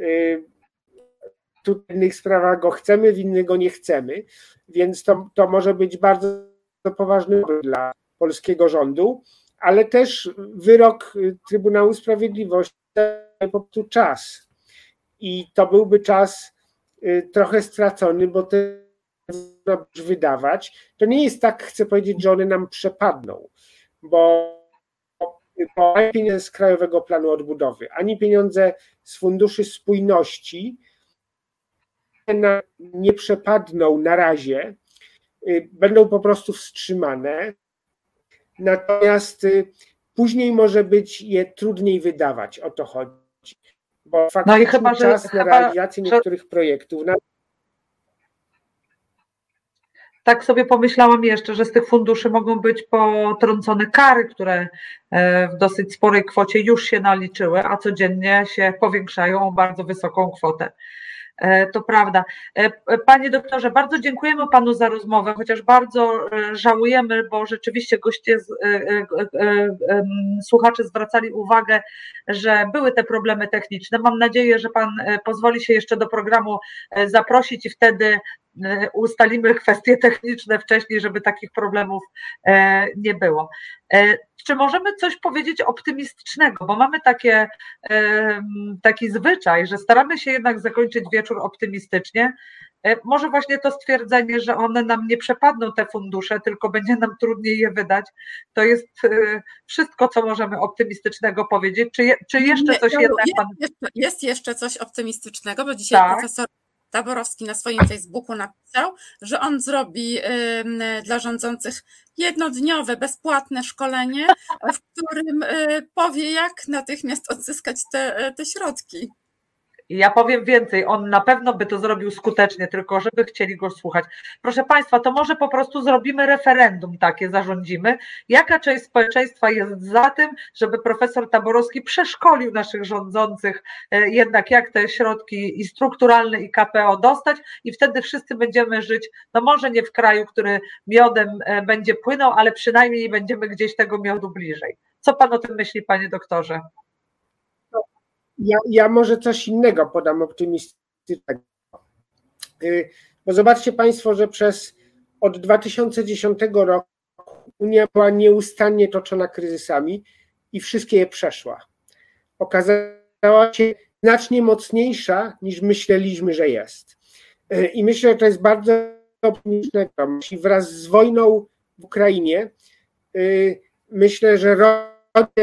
tu w innych sprawach go chcemy, w innych go nie chcemy, więc to, to może być bardzo poważny problem dla polskiego rządu, ale też wyrok Trybunału Sprawiedliwości to po prostu czas. I to byłby czas trochę stracony, bo te wydawać, to nie jest tak, chcę powiedzieć, że one nam przepadną, bo ani pieniądze z Krajowego Planu Odbudowy, ani pieniądze z Funduszy Spójności nie przepadną na razie, będą po prostu wstrzymane, natomiast później może być je trudniej wydawać, o to chodzi, bo faktycznie no i chyba, czas że, na chyba, realizację niektórych że... projektów. Tak sobie pomyślałam jeszcze, że z tych funduszy mogą być potrącone kary, które w dosyć sporej kwocie już się naliczyły, a codziennie się powiększają o bardzo wysoką kwotę. To prawda. Panie doktorze, bardzo dziękujemy panu za rozmowę, chociaż bardzo żałujemy, bo rzeczywiście goście, słuchacze zwracali uwagę, że były te problemy techniczne. Mam nadzieję, że pan pozwoli się jeszcze do programu zaprosić i wtedy ustalimy kwestie techniczne wcześniej, żeby takich problemów nie było. Czy możemy coś powiedzieć optymistycznego, bo mamy takie, taki zwyczaj, że staramy się jednak zakończyć wieczór optymistycznie. Może właśnie to stwierdzenie, że one nam nie przepadną, te fundusze, tylko będzie nam trudniej je wydać, to jest wszystko, co możemy optymistycznego powiedzieć. Czy, czy jeszcze coś nie, jednak jest, pan... Jest jeszcze coś optymistycznego, bo dzisiaj tak. Profesor Taborowski na swoim Facebooku napisał, że on zrobi dla rządzących jednodniowe, bezpłatne szkolenie, w którym powie, jak natychmiast odzyskać te, te środki. Ja powiem więcej, on na pewno by to zrobił skutecznie, tylko żeby chcieli go słuchać. Proszę Państwa, to może po prostu zrobimy referendum takie, zarządzimy. Jaka część społeczeństwa jest za tym, żeby profesor Taborowski przeszkolił naszych rządzących jednak jak te środki i strukturalne i K P O dostać i wtedy wszyscy będziemy żyć, no może nie w kraju, który miodem będzie płynął, ale przynajmniej będziemy gdzieś tego miodu bliżej. Co Pan o tym myśli, Panie doktorze? Ja, ja może coś innego podam optymistycznego. Bo zobaczcie Państwo, że przez od dwa tysiące dziesiątego roku Unia była nieustannie toczona kryzysami i wszystkie je przeszła. Okazała się znacznie mocniejsza niż myśleliśmy, że jest. I myślę, że to jest bardzo optymistyczne. Wraz z wojną w Ukrainie myślę, że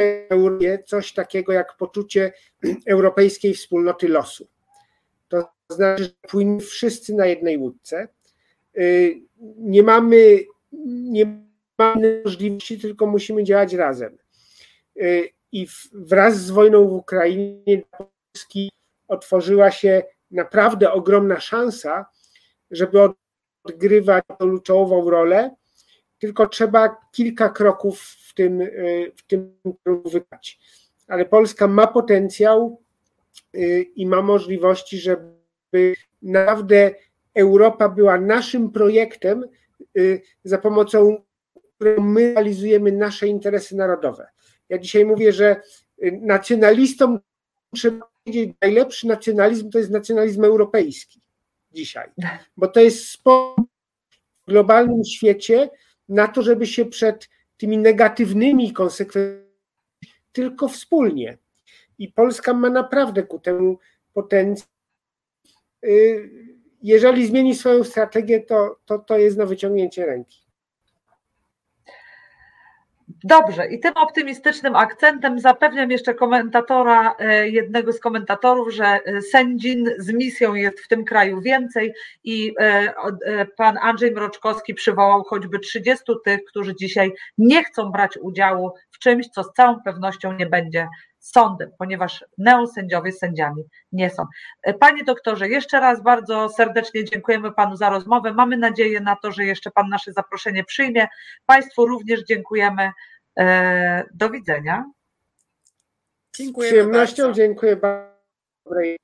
coś takiego jak poczucie europejskiej wspólnoty losu. To znaczy, że płyniemy wszyscy na jednej łódce. Nie mamy, nie mamy możliwości, tylko musimy działać razem. I wraz z wojną w Ukrainie dla Polski otworzyła się naprawdę ogromna szansa, żeby odgrywać kluczową rolę, tylko trzeba kilka kroków w tym, w tym kierunku wykonać. Ale Polska ma potencjał i ma możliwości, żeby naprawdę Europa była naszym projektem, za pomocą którego my realizujemy nasze interesy narodowe. Ja dzisiaj mówię, że nacjonalistom trzeba powiedzieć, najlepszy nacjonalizm to jest nacjonalizm europejski dzisiaj, bo to jest sposób w globalnym świecie na to, żeby się przed tymi negatywnymi konsekwencjami tylko wspólnie. I Polska ma naprawdę ku temu potencjał. Jeżeli zmieni swoją strategię, to, to, to jest na wyciągnięcie ręki. Dobrze, i tym optymistycznym akcentem zapewniam jeszcze komentatora, jednego z komentatorów, że sędzin z misją jest w tym kraju więcej i pan Andrzej Mroczkowski przywołał choćby trzydziestu tych, którzy dzisiaj nie chcą brać udziału w czymś, co z całą pewnością nie będzie sądem, ponieważ neosędziowie sędziami nie są. Panie doktorze, jeszcze raz bardzo serdecznie dziękujemy panu za rozmowę. Mamy nadzieję na to, że jeszcze pan nasze zaproszenie przyjmie. Państwu również dziękujemy. Do widzenia. Dziękuję Z przyjemnością, bardzo. dziękuję bardzo.